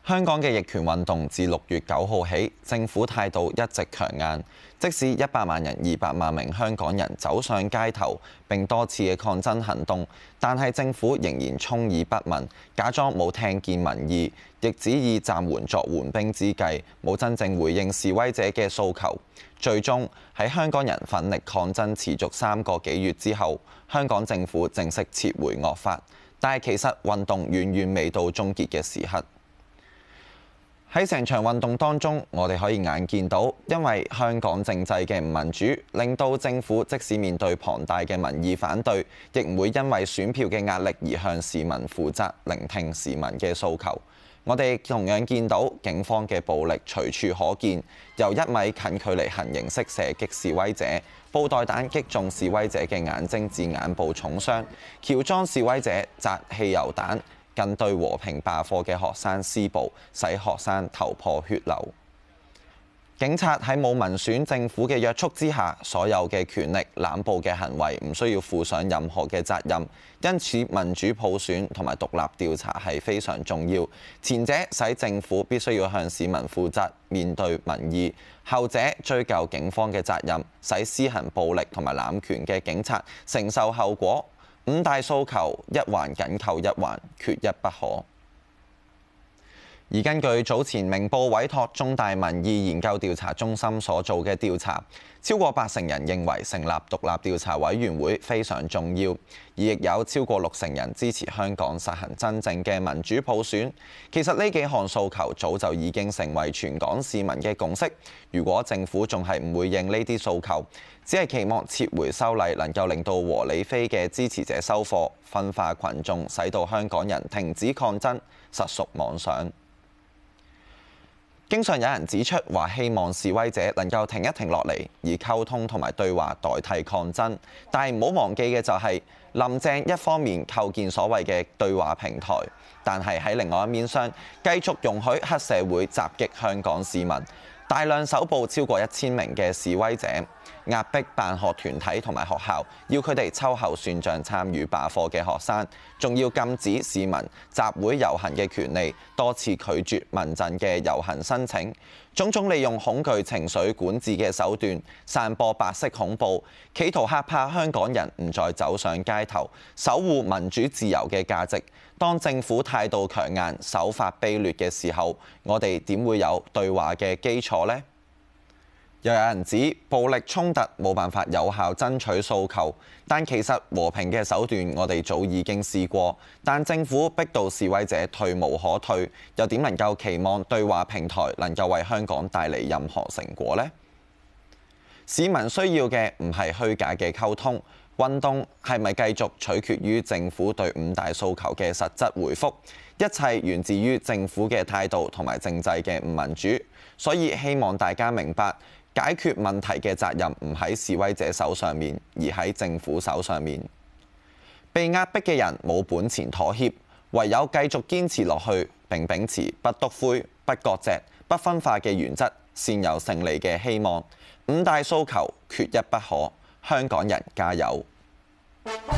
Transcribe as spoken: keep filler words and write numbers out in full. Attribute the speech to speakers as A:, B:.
A: 香港嘅逆權運動自六月九號起，政府態度一直強硬，即使一百萬人、二百萬名香港人走上街頭並多次嘅抗爭行動，但係政府仍然充耳不聞，假裝冇聽見民意，亦只以暫緩作緩兵之計，冇真正回應示威者嘅訴求。最終喺香港人奮力抗爭持續三個幾月之後，香港政府正式撤回惡法，但係其實運動遠遠未到終結嘅時刻。喺成場運動當中，我哋可以眼見到，因為香港政制嘅唔民主，令到政府即使面對龐大嘅民意反對，亦唔會因為選票嘅壓力而向市民負責，聆聽市民嘅訴求。我哋同樣見到警方嘅暴力隨處可見，由一米近距離行刑式射擊示威者，布袋彈擊中示威者嘅眼睛至眼部重傷，喬裝示威者擲汽油彈，更對和平罷課嘅學生施暴，使學生頭破血流。警察喺冇民選政府嘅約束之下，所有嘅權力濫捕嘅行為唔需要負上任何嘅責任，因此民主普選同埋獨立調查係非常重要。前者使政府必須要向市民負責，面對民意；後者追究警方嘅責任，使施行暴力同埋濫權嘅警察承受後果。五大訴求一環緊扣一環，缺一不可。而根據早前明報委託中大民意研究調查中心所做嘅調查，超過八成人認為成立獨立調查委員會非常重要，而亦有超過六成人支持香港實行真正嘅民主普選。其實呢幾項訴求早就已經成為全港市民嘅共識。如果政府仲係唔回應呢啲訴求，只係期望撤回修例能夠令到和理非嘅支持者收貨，分化群眾，使到香港人停止抗爭，實屬妄想。經常有人指出話希望示威者能夠停一停落嚟，以溝通同埋對話代替抗爭。但係唔好忘記嘅就係，林鄭一方面構建所謂嘅對話平台，但係喺另外一面上繼續容許黑社會襲擊香港市民，大量搜捕超過一千名嘅示威者，壓迫辦學團體同埋學校，要佢哋秋後算賬參與罷課嘅學生，仲要禁止市民集會遊行嘅權利，多次拒絕民陣嘅遊行申請，種種利用恐懼情緒管治嘅手段，散播白色恐怖，企圖嚇怕香港人唔再走上街頭，守護民主自由嘅價值。當政府態度強硬、手法卑劣嘅時候，我哋點會有對話嘅基礎呢？又有人指暴力衝突冇辦法有效爭取訴求，但其實和平嘅手段我哋早已經試過，但政府逼到示威者退無可退，又點能夠期望對話平台能夠為香港帶嚟任何成果呢？市民需要嘅唔係虛假嘅溝通，運動係咪繼續取決於政府對五大訴求嘅實質回覆，一切源自於政府嘅態度同埋政制嘅唔民主，所以希望大家明白，解決問題嘅責任唔喺示威者手上面，而喺政府手上面。被壓迫嘅人冇本錢妥協，唯有繼續堅持落去，並秉持不篤灰、不割席、不分化嘅原則，先有勝利嘅希望。五大訴求缺一不可，香港人加油！